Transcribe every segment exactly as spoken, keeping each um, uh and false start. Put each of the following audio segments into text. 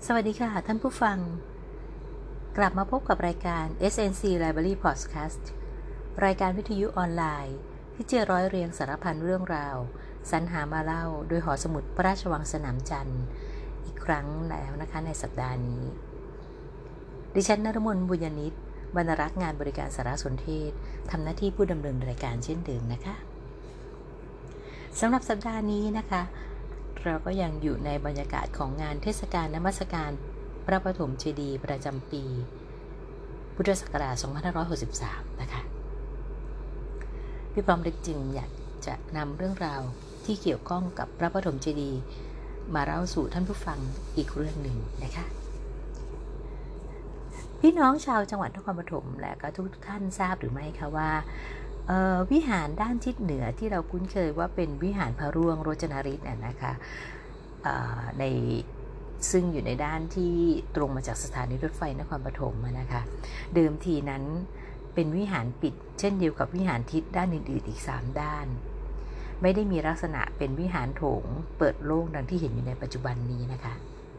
สวัสดีค่ะท่านผู้ฟังกลับมาพบกับรายการ เอส เอ็น ซี Library Podcast รายการวิทยุออนไลน์ที่จะร้อยเรียงสารพันเรื่องราวสรรหามาเล่าโดยหอสมุดพระราชวังสนามจันทร์อีกครั้งแล้วนะคะในสัปดาห์นี้ดิฉันนฤมลบุญญนิตบรรณารักษ์งานบริการสารสนเทศทำหน้าที่ผู้ดำเนินรายการเช่นเดิมนะคะสำหรับสัปดาห์นี้นะคะเราก็ยังอยู่ในบรรยากาศของงานเทศกาลนมัสการพระปฐมเจดีย์ประจำปีพุทธศักราช สองพันห้าร้อยหกสิบสาม นะคะพี่พร้อมเล็กจึงอยากจะนำเรื่องราวที่เกี่ยวข้องกับพระปฐมเจดีย์มาเล่าสู่ท่านผู้ฟังอีกเรื่องหนึ่งนะคะพี่น้องชาวจังหวัดนครปฐมและก็ทุกท่านทราบหรือไม่คะว่าวิหารด้านทิศเหนือที่เราคุ้นเคยว่าเป็นวิหารพระร่วงโรจนฤทธิ์นะคะในซึ่งอยู่ในด้านที่ตรงมาจากสถานีรถไฟนครปฐมนะคะเดิมทีนั้นเป็นวิหารปิดเช่นเดียวกับวิหารทิศด้านอื่นๆอีกสามด้านไม่ได้มีลักษณะเป็นวิหารโถงเปิดโล่งดังที่เห็นอยู่ในปัจจุบันนี้นะคะ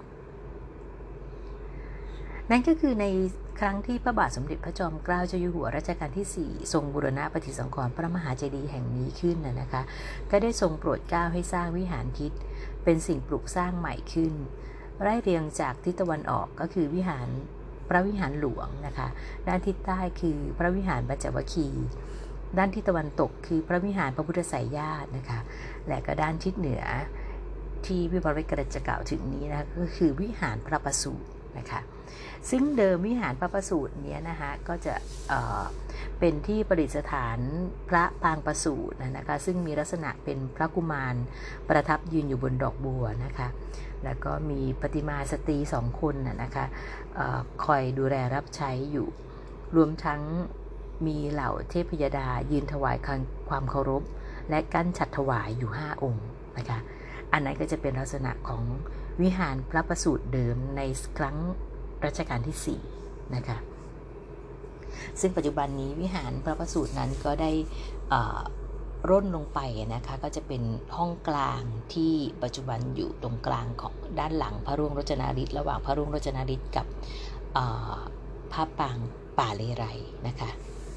นั่นก็คือในครั้งที่พระบาทสมเด็จพระจอมเกล้าเจ้าอยู่หัวรัชกาลที่สี่ทรงบูรณะปฏิสังขรณ์พระมหาเจดีย์แห่งนี้ขึ้นนะคะก็ได้ทรงโปรดเกล้าให้สร้างวิหารทิศเป็นสิ่งปลูกสร้างใหม่ขึ้นไล่เรียงจากทิศตะวันออกก็คือวิหารพระวิหารหลวงนะคะด้านทิศใต้คือพระวิหารปัญจวัคคีย์ด้านทิศตะวันตกคือพระวิหารพระพุทธไสยญาตินะคะและก็ด้านทิศเหนือที่พี่บริกรจะกล่าวถึงนี้นะก็คือวิหารพระประสูตินะคะซึ่งเดิมวิหารพระประสูติเนี้ยนะคะก็จะเอ่อเป็นที่ประดิษฐานพระปางประสูตินะคะซึ่งมีลักษณะเป็นพระกุมารประทับยืนอยู่บนดอกบัวนะคะแล้วก็มีประติมาสตรีสองคนนะคะเอ่อคอยดูแลรับใช้อยู่รวมทั้งมีเหล่าเทพยดายืนถวายความเคารพและกั้นฉัตรถวายอยู่ห้าองค์นะคะอันนั้นก็จะเป็นลักษณะของวิหารพระประสูติเดิมในครั้งรัชกาลที่สี่นะคะซึ่งปัจจุบันนี้วิหารพระประสูตินั้นก็ได้ร่นลงไปนะคะก็จะเป็นห้องกลางที่ปัจจุบันอยู่ตรงกลางของด้านหลังพระร่วงโรจนฤทธิ์ระหว่างพระร่วงโรจนฤทธิ์กับพระปางป่าเลไลนะคะ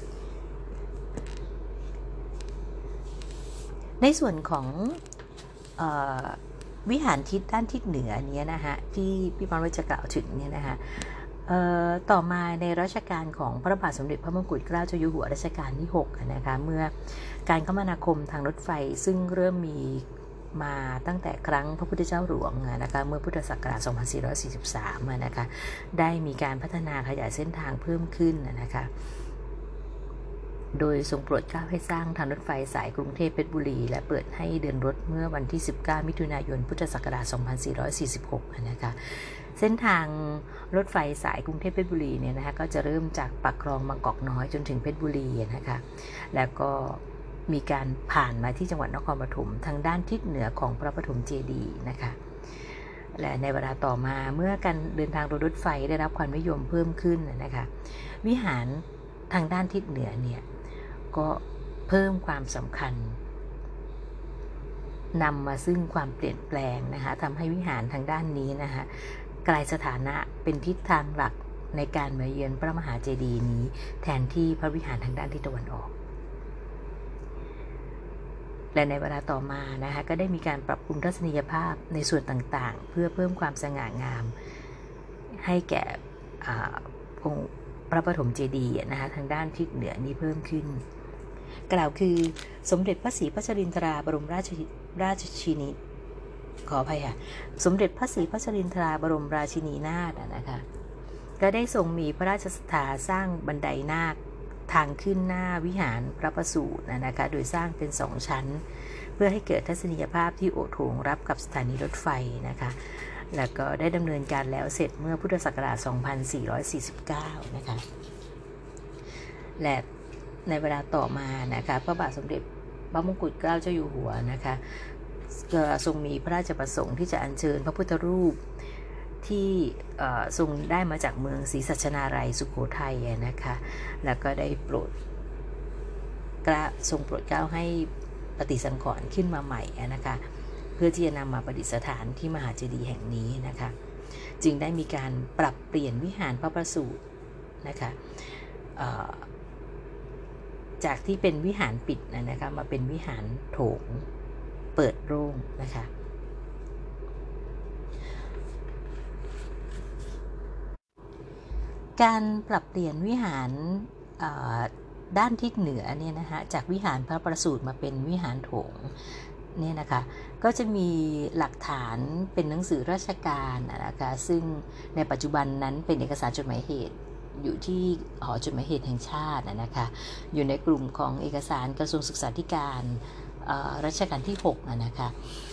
ในส่วนของวิหารทิศด้านทิศเหนือเนี้ยนะคะที่พี่ปานวิจะกล่าวถึงเนี่ยนะคะต่อมาในรัชกาลของพระบาทสมเด็จพระมงกุฎเกล้าเจ้าอยู่หัวรัชกาลที่หกนะคะเมื่อการคมนาคมทางรถไฟซึ่งเริ่มมีมาตั้งแต่ครั้งพระพุทธเจ้าหลวงนะคะเมื่อพุทธศักราช สองพันสี่ร้อยสี่สิบสาม นะคะได้มีการพัฒนาขยายเส้นทางเพิ่มขึ้นนะคะโดยทรงโปรดเกล้าให้สร้างทางรถไฟสายกรุงเทพเพชรบุรีและเปิดให้เดินรถเมื่อวันที่สิบเก้ามิถุนายนพุทธศักราช สองพันสี่ร้อยสี่สิบหก นะคะเส้นทางรถไฟสายกรุงเทพเพชรบุรีเนี่ยนะคะก็จะเริ่มจากปากคลองบางกอกน้อยจนถึงเพชรบุรีนะคะแล้วก็มีการผ่านมาที่จังหวัดนครปฐมทางด้านทิศเหนือของพระปฐมเจดีย์นะคะและในเวลาต่อมาเมื่อการเดินทางโดยรถไฟได้รับความนิยมเพิ่มขึ้นนะคะวิหารทางด้านทิศเหนือเนี่ยก็เพิ่มความสำคัญนำมาซึ่งความเปลี่ยนแปลงนะคะทำให้วิหารทางด้านนี้นะคะกลายสถานะเป็นทิศทางหลักในการมาเยือนพระมหาเจดีย์นี้แทนที่พระวิหารทางด้านทิศตะวันออกและในเวลาต่อมานะคะก็ได้มีการปรับปรุงทัศนียภาพในส่วนต่างๆเพื่อเพิ่มความสง่างามให้แก่องค์พระปฐมเจดีย์นะคะทางด้านทิศเหนือนี้เพิ่มขึ้นกล่าวคือสมเด็จพระศรีพัชรินทราบรมราชราชชินีขออภัยค่ะสมเด็จพระศรีพัชรินทราบรมราชินีนาถนะคะก็ได้ทรงมีพระราชศรัทธาสร้างบันไดนาคทางขึ้นหน้าวิหารพระประสูตินะคะโดยสร้างเป็นสองชั้นเพื่อให้เกิดทัศนียภาพที่โอโถงรับกับสถานีรถไฟนะคะแล้วก็ได้ดำเนินการแล้วเสร็จเมื่อพุทธศักราช สองพันสี่ร้อยสี่สิบเก้า นะคะและในเวลาต่อมานะคะพระบาทสมเด็จพระมงกุฎเกล้าเจ้าอยู่หัวนะคะทรงมีพระราชประสงค์ที่จะอัญเชิญพระพุทธรูปที่ทรงได้มาจากเมืองศรีสัชนาลัยสุโขทัยนะคะแล้วก็ได้โปรดกล้าทรงโปรดเกล้าให้ปฏิสังขรณ์ขึ้นมาใหม่นะคะเพื่อที่จะนำมาประดิษฐานที่มหาเจดีย์แห่งนี้นะคะจึงได้มีการปรับเปลี่ยนวิหารพระประสูตินะคะจากที่เป็นวิหารปิดนะคะมาเป็นวิหารโถงเปิดโล่งนะคะการปรับเปลี่ยนวิหารด้านทิศเหนือเนี่ยนะคะจากวิหารพระประสูติมาเป็นวิหารโถงเนี่ยนะคะก็จะมีหลักฐานเป็นหนังสือราชการนะคะซึ่งในปัจจุบันนั้นเป็นเอกสารจดหมายเหตุอยู่ที่หอจดหมายเหตุแห่งชาตินะคะอยู่ในกลุ่มของเอกสารกระทรวงศึกษาธิการรัชกาลที่หกนะคะ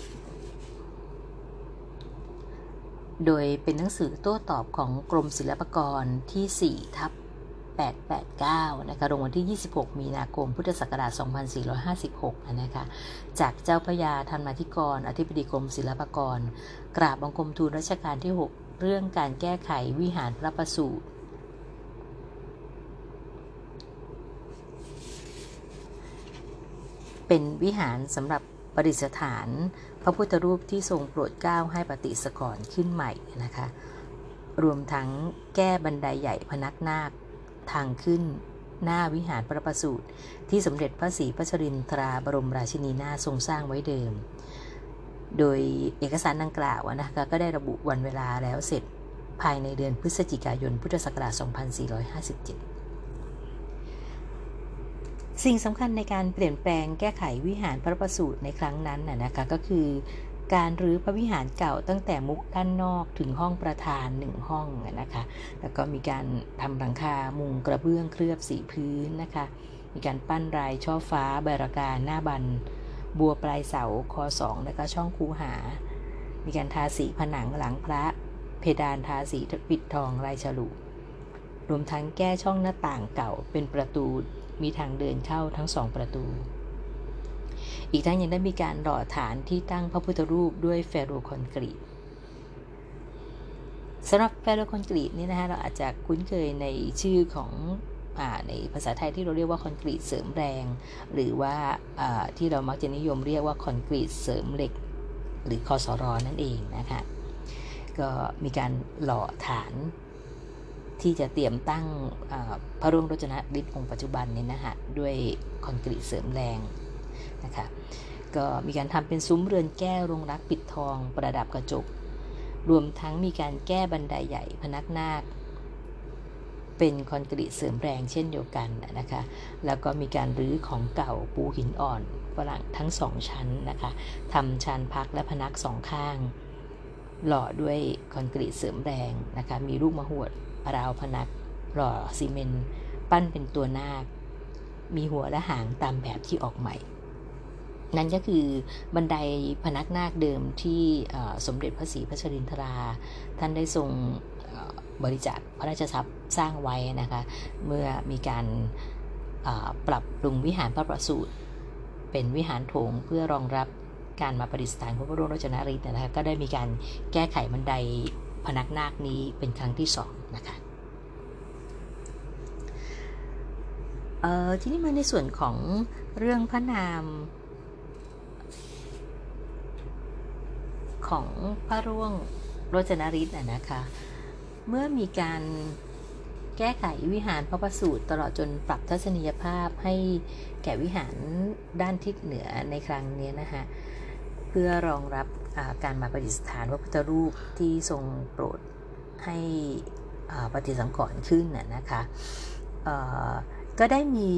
โดยเป็นหนังสือโต้ตอบของกรมศิลปากรที่สี่ทับแปดแปดเก้านะคะลงวันที่ยี่สิบหกมีนาคมพุทธศักราชสองพันสี่ร้อยห้าสิบหกนะคะจากเจ้าพระยาธรรมาธิกรอธิบดีกรมศิลปากรกราบบังคมทูลรัชกาลที่หกเรื่องการแก้ไขวิหารพระประสูติเป็นวิหารสำหรับประดิษฐานพระพุทธรูปที่ทรงโปรดเกล้าให้ปฏิสังขรณ์ขึ้นใหม่นะคะรวมทั้งแก้บันไดใหญ่พนักนาคทางขึ้นหน้าวิหารพระประสูติที่สมเด็จพระศรีพัชรินทราบรมราชินีนาถทรงสร้างไว้เดิมโดยเอกสารดังกล่าวนะคะก็ได้ระบุวันเวลาแล้วเสร็จภายในเดือนพฤศจิกายนพุทธศักราชสองพันสี่ร้อยห้าสิบเจ็ดสิ่งสำคัญในการเปลี่ยนแปลงแก้ไขวิหารพระประสูติในครั้งนั้นน่ะนะคะก็คือการรื้อพระวิหารเก่าตั้งแต่มุกด้านนอกถึงห้องประธานหนึ่งห้องนะคะแล้วก็มีการทำหลังคามุงกระเบื้องเคลือบสีพื้นนะคะมีการปั้นลายช่อฟ้าใบระกาหน้าบันบัวปลายเสาคอสองแล้วก็ช่องคูหามีการทาสีผนังหลังพระเพดานทาสีปิดทองลายฉลุรวมทั้งแก้ช่องหน้าต่างเก่าเป็นประตูมีทางเดินเข้าทั้งสองประตูอีกทั้งยังได้มีการหล่อฐานที่ตั้งพระพุทธรูปด้วยเฟโรคอนกรีตสำหรับเฟโรคอนกรีตนี่นะคะเราอาจจะคุ้นเคยในชื่อของอ่าในภาษาไทยที่เราเรียกว่าคอนกรีตเสริมแรงหรือว่าอ่าที่เรามักจะนิยมเรียกว่าคอนกรีตเสริมเหล็กหรือคสร.นั่นเองนะคะก็มีการหล่อฐานที่จะเตรียมตั้งพระร่วงโรจนฤทธิ์องค์ปัจจุบันเนี่ยนะคะด้วยคอนกรีตเสริมแรงนะคะก็มีการทำเป็นซุ้มเรือนแก้วรวงรักปิดทองประดับกระจกรวมทั้งมีการแก้บันไดใหญ่พนักนาคเป็นคอนกรีตเสริมแรงเช่นเดียวกันนะคะแล้วก็มีการรื้อของเก่าปูหินอ่อนฝรั่งทั้งสองชั้นนะคะทำชานพักและพนักสองข้างหล่อด้วยคอนกรีตเสริมแรงนะคะมีลูกมะหวดราวพนักหล่อซีเมนต์ปั้นเป็นตัวนาคมีหัวและหางตามแบบที่ออกใหม่นั่นก็คือบันไดพนักนาคเดิมที่สมเด็จพระศรีพัชรินทราท่านได้ทรงบริจาคพระราชทรัพย์สร้างไว้นะคะเมื่อมีการปรับปรุงวิหารพระประสูติเป็นวิหารโถงเพื่อรองรับการมาประดิษฐานพระบรมโรจนฤทธิ์นะคะก็ได้มีการแก้ไขบันไดพนักนาคนี้เป็นครั้งที่สองนะคะเอ่อทีนี้มาในส่วนของเรื่องพระนามของพระร่วงโรจนฤทธิ์นะคะเมื่อมีการแก้ไขวิหารพระประสูติตลอดจนปรับทัศนียภาพให้แก่วิหารด้านทิศเหนือในครั้งนี้นะคะเพื่อรองรับการมาประดิษฐานพระพุทธรูปที่ทรงโปรดให้ปฏิสังขรณ์ขึ้นนะคะก็ได้มี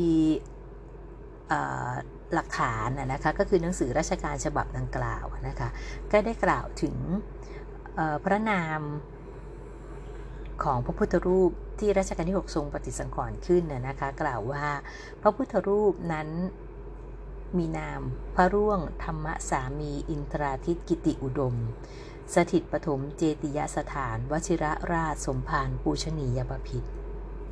หลักฐานนะคะก็คือหนังสือราชการฉบับดังกล่าวนะคะก็ได้กล่าวถึงพระนามของพระพุทธรูปที่รัชกาลที่หกทรงปฏิสังขรณ์ขึ้นนะคะกล่าวว่าพระพุทธรูปนั้นมีนามพระร่วงธรรมสามีอินทราทิตกิติอุดมสถิตปฐมเจติยสถานวชิรราชสมภารปูชนียบพิตร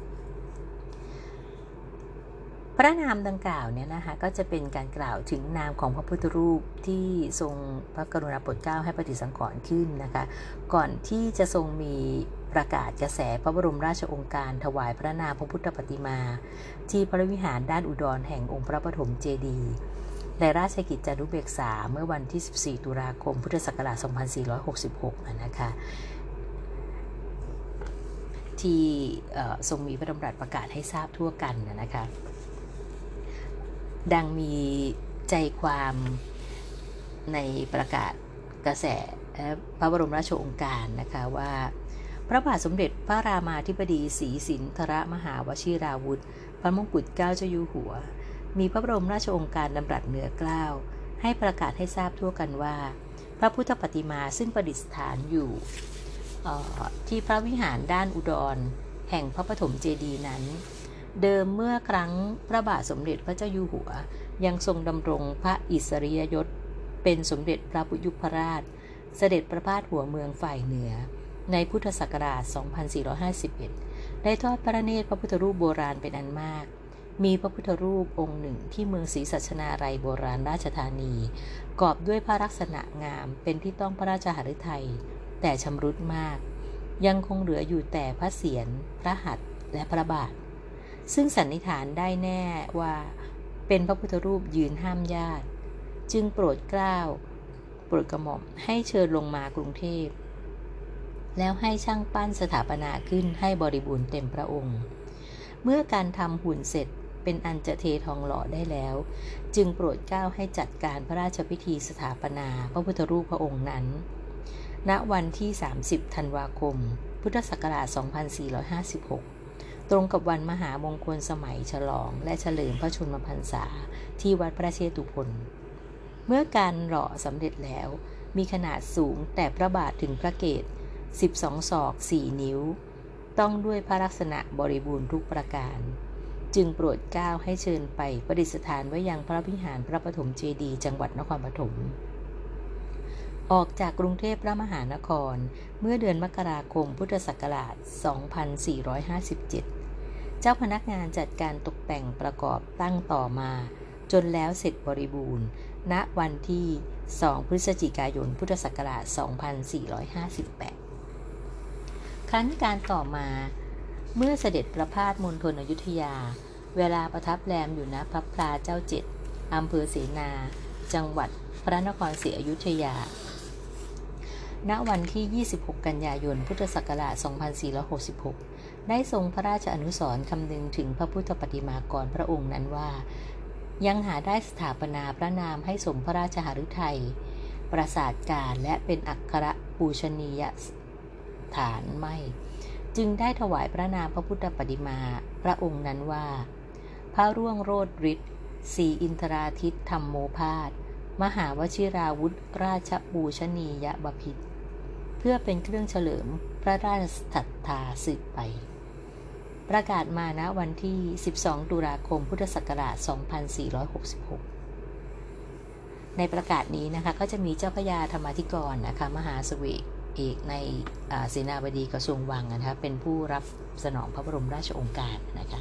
พระนามดังกล่าวเนี่ยนะคะก็จะเป็นการกล่าวถึงนามของพระพุทธรูปที่ทรงพระกรุณาโปรดเกล้าให้ปฏิสังขรณ์ขึ้นนะคะก่อนที่จะทรงมีประกาศกระแสพระบรมราชโองการถวายพระนามพระพุทธปฏิมาที่พระวิหารด้านอุดรแห่งองค์พระปฐมเจดีย์ในราชกิจจานุเบกษาเมื่อวันที่สิบสี่ตุลาคมพุทธศักราชสองพันสี่ร้อยหกสิบหกนะคะที่ทรงมีพระดำรัสประกาศให้ทราบทั่วกันนะคะดังมีใจความในประกาศกระแสพระบรมราชโองการนะคะว่าพระบาทสมเด็จพระรามาธิบดีศรีสินธรมหาวชิราวุธพระมงกุฎเกล้าเจ้าอยู่หัวมีพระบรมราชโองการดำรัสเหนือเกล้าให้ประกาศให้ทราบทั่วกันว่าพระพุทธปฏิมาซึ่งประดิษฐานอยู่ที่พระวิหารด้านอุดรแห่งพระปฐมเจดีย์นั้นเดิมเมื่อครั้งพระบาทสมเด็จพระเจ้าอยู่หัวยังทรงดำรงพระอิสริยยศเป็นสมเด็จพระยุพราชเสด็จประพาสหัวเมืองฝ่ายเหนือในพุทธศักราช สองพันสี่ร้อยห้าสิบเอ็ด ได้ทอดพระเนตรพระพุทธรูปโบราณเป็นอันมากมีพระพุทธรูปองค์หนึ่งที่เมืองศรีสัชนาลัยโบราณราชธานีกอบด้วยพระลักษณะงามเป็นที่ต้องพระราชหฤทัยแต่ชำรุดมากยังคงเหลืออยู่แต่พระเศียรพระหัตถ์และพระบาทซึ่งสันนิษฐานได้แน่ว่าเป็นพระพุทธรูปยืนห้ามญาติจึงโปรดเกล้าโปรดกระหม่อมให้เชิญลงมากรุงเทพแล้วให้ช่างปั้นสถาปนาขึ้นให้บริบูรณ์เต็มพระองค์เมื่อการทำหุ่นเสร็จเป็นอันจะเททองหล่อได้แล้วจึงโปรดเกล้าให้จัดการพระราชพิธีสถาปนาพระพุทธรูปพระองค์นั้นณวันที่สามสิบธันวาคมพุทธศักราช สองพันสี่ร้อยห้าสิบหก ตรงกับวันมหามงคลสมัยฉลองและเฉลิมพระชนมพรรษาที่วัดพระเชตุพนเมื่อการหล่อสำเร็จแล้วมีขนาดสูงแต่พระบาทถึงพระเกศสิบสองศอกสี่นิ้วต้องด้วยพระลักษณะบริบูรณ์ทุกประการจึงโปรดเกล้าให้เชิญไปประดิษฐานไว้ยังพระวิหารพระปฐมเจดีย์จังหวัดนครปฐมออกจากกรุงเทพพระมหานครเมื่อเดือนมกราคมพุทธศักราช สองพันสี่ร้อยห้าสิบเจ็ด เจ้าพนักงานจัดการตกแต่งประกอบตั้งต่อมาจนแล้วเสร็จบริบูรณ์ณวันที่สองพฤศจิกายนพุทธศักราช สองพันสี่ร้อยห้าสิบแปด ครั้นการต่อมาเมื่อเสด็จประพาสมณฑลอยุธยาเวลาประทับแรมอยู่ณพระพลาเจ้าเจ็ดอำเภอเสนาจังหวัดพระนครศรีอยุธยาณวันที่ยี่สิบหกกันยายนพุทธศักราช สองพันสี่ร้อยหกสิบหก ได้ทรงพระราชอนุสรณ์คำนึงถึงพระพุทธปฏิมากรพระองค์นั้นว่ายังหาได้สถาปนาพระนามให้สมพระราชหฤทัยประสาทการและเป็นอักขระปูชนียฐานไม่จึงได้ถวายพระนามพระพุทธปฏิมาพระองค์นั้นว่าพระร่วงโรจน์ฤทธิ์ศรีอินทราทิตธรรมโมภาสมหาวชิราวุธราชปูชนียบพิตรเพื่อเป็นเครื่องเฉลิมพระราชศรัทธาสืบไปประกาศมาณวันที่สิบสองตุลาคมพุทธศักราช สองพันสี่ร้อยหกสิบหก ในประกาศนี้นะคะก็จะมีเจ้าพระยาธรรมาธิกรนะคะมหาเสวกเอกในเสนาบดีกระทรวงวังนะคะเป็นผู้รับสนองพระบรมราชโองการนะคะ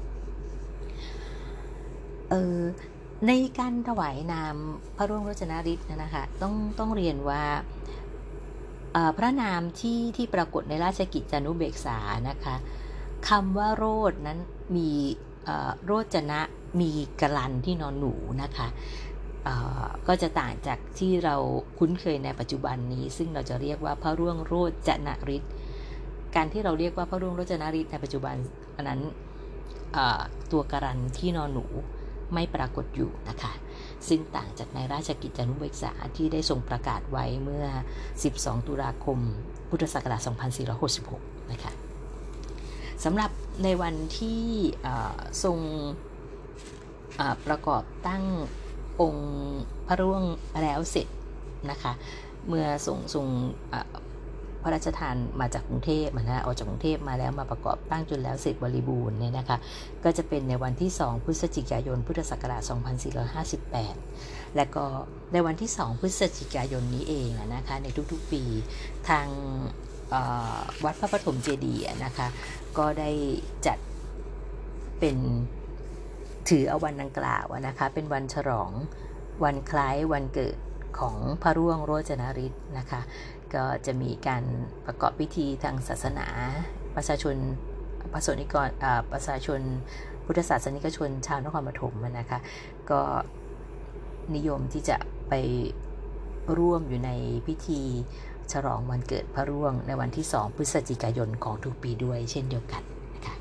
เออในการถวายนามพระร่วงโรจนฤทธิ์นะคะต้องต้องเรียนว่าพระนามที่ที่ปรากฏในราชกิจจานุเบกษานะคะคำว่าโรจนั้นมีโรจนะมีกรันที่นอนหนูนะคะก็จะต่างจากที่เราคุ้นเคยในปัจจุบันนี้ซึ่งเราจะเรียกว่าพระร่วงโรจนฤทธิ์การที่เราเรียกว่าพระร่วงโรจนฤทธิ์ในปัจจุบันอันนั้นตัวกรันที่นอนหนูไม่ปรากฏอยู่นะคะซึ่งต่างจากในราชกิจจานุเบกษาที่ได้ทรงประกาศไว้เมื่อสิบสองตุลาคมพุทธศักราช สองพันสี่ร้อยหกสิบหก นะคะสำหรับในวันที่ทรงประกอบตั้งองค์พระร่วงแล้วเสร็จนะคะเมื่อทรงทรงพระราชทานมาจากกรุงเทพนะออกจากกรุงเทพมาแล้วมาประกอบตั้งจนแล้วเสร็จบริบูรณ์เนี่ยนะคะก็จะเป็นในวันที่สองพฤศจิกายนพุทธศักราช สองพันสี่ร้อยห้าสิบแปด และก็ในวันที่สองพฤศจิกายนนี้เองนะคะในทุกๆปีทางวัดพระปฐมเจดีย์นะคะก็ได้จัดเป็นถือเอาวันดังกล่าวนะคะเป็นวันฉลองวันคล้ายวันเกิดของพระร่วงโรจนฤทธิ์นะคะก็จะมีการประกอบพิธีทางศาสนาประชาชนประสงค์นิกรประชาชนพุทธศาสนิกชนชาวนครปฐมนะคะก็นิยมที่จะไปร่วมอยู่ในพิธีฉลองวันเกิดพระร่วงในวันที่สองพฤศจิกายนของทุกปีด้วยเช่นเดียวกันนะคะ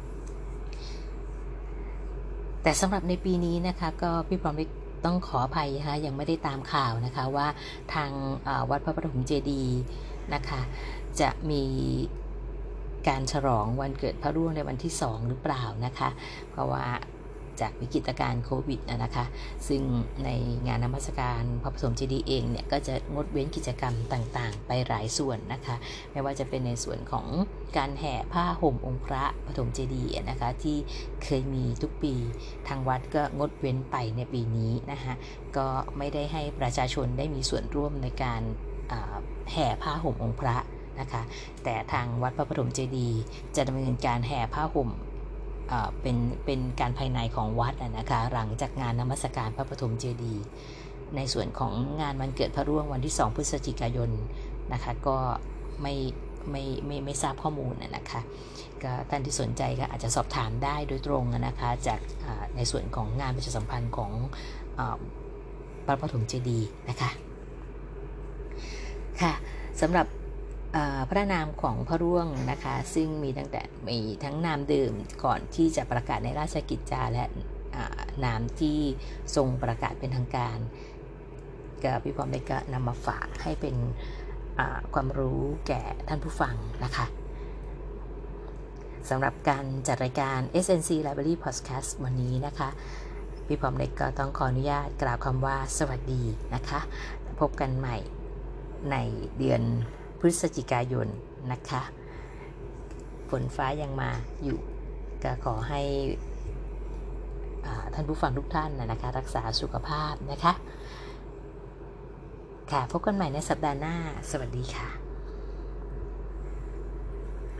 แต่สำหรับในปีนี้นะคะก็พี่พร้อมต้องขออภัยนะคะยังไม่ได้ตามข่าวนะคะว่าทางวัดพระปฐมเจดีย์นะคะจะมีการฉลองวันเกิดพระร่วงในวันที่สองหรือเปล่านะคะเพราะว่าจากวิกฤตการณ์โควิดนะคะซึ่งในงานนมัสการพระปฐมเจดีย์เองเนี่ยก็จะงดเว้นกิจกรรมต่างๆไปหลายส่วนนะคะไม่ว่าจะเป็นในส่วนของการแห่ผ้าห่มองค์พระปฐมเจดีย์นะคะที่เคยมีทุกปีทางวัดก็งดเว้นไปในปีนี้นะคะก็ไม่ได้ให้ประชาชนได้มีส่วนร่วมในการแห่ผ้าห่มองค์พระนะคะแต่ทางวัดพระปฐมเจดีย์จะดำเนินการแห่ผ้าห่มเป็นเป็นการภายในของวัดนะคะหลังจากงานนมัสการพระปฐมเจดีย์ในส่วนของงานวันเกิดพระร่วงวันที่สองพฤศจิกายนนะคะก็ไม่ไม่ไม่ไม่ทราบข้อมูลนะคะก็ท่านที่สนใจก็อาจจะสอบถามได้โดยตรงนะคะจากในส่วนของงานประชาสัมพันธ์ของพระปฐมเจดีย์นะคะค่ะสำหรับพระนามของพระร่วงนะคะซึ่งมีตั้งแต่มีทั้งนามเดิมก่อนที่จะประกาศในราชกิจจาและนามที่ทรงประกาศเป็นทางการก็พี่พร้อมได้ก็นำมาฝากให้เป็นความรู้แก่ท่านผู้ฟังนะคะสำหรับการจัดรายการ เอส เอ็น ซี Library Podcast วันนี้นะคะพี่พร้อมได้ก็ต้องขออนุญาตกล่าวคำว่าสวัสดีนะคะพบกันใหม่ในเดือนพฤศจิกายนนะคะฝนฟ้ายังมาอยู่ก็ขอให้ท่านผู้ฟังทุกท่านนะคะรักษาสุขภาพนะคะค่ะพบกันใหม่ในสัปดาห์หน้าสวัสดีค่ะ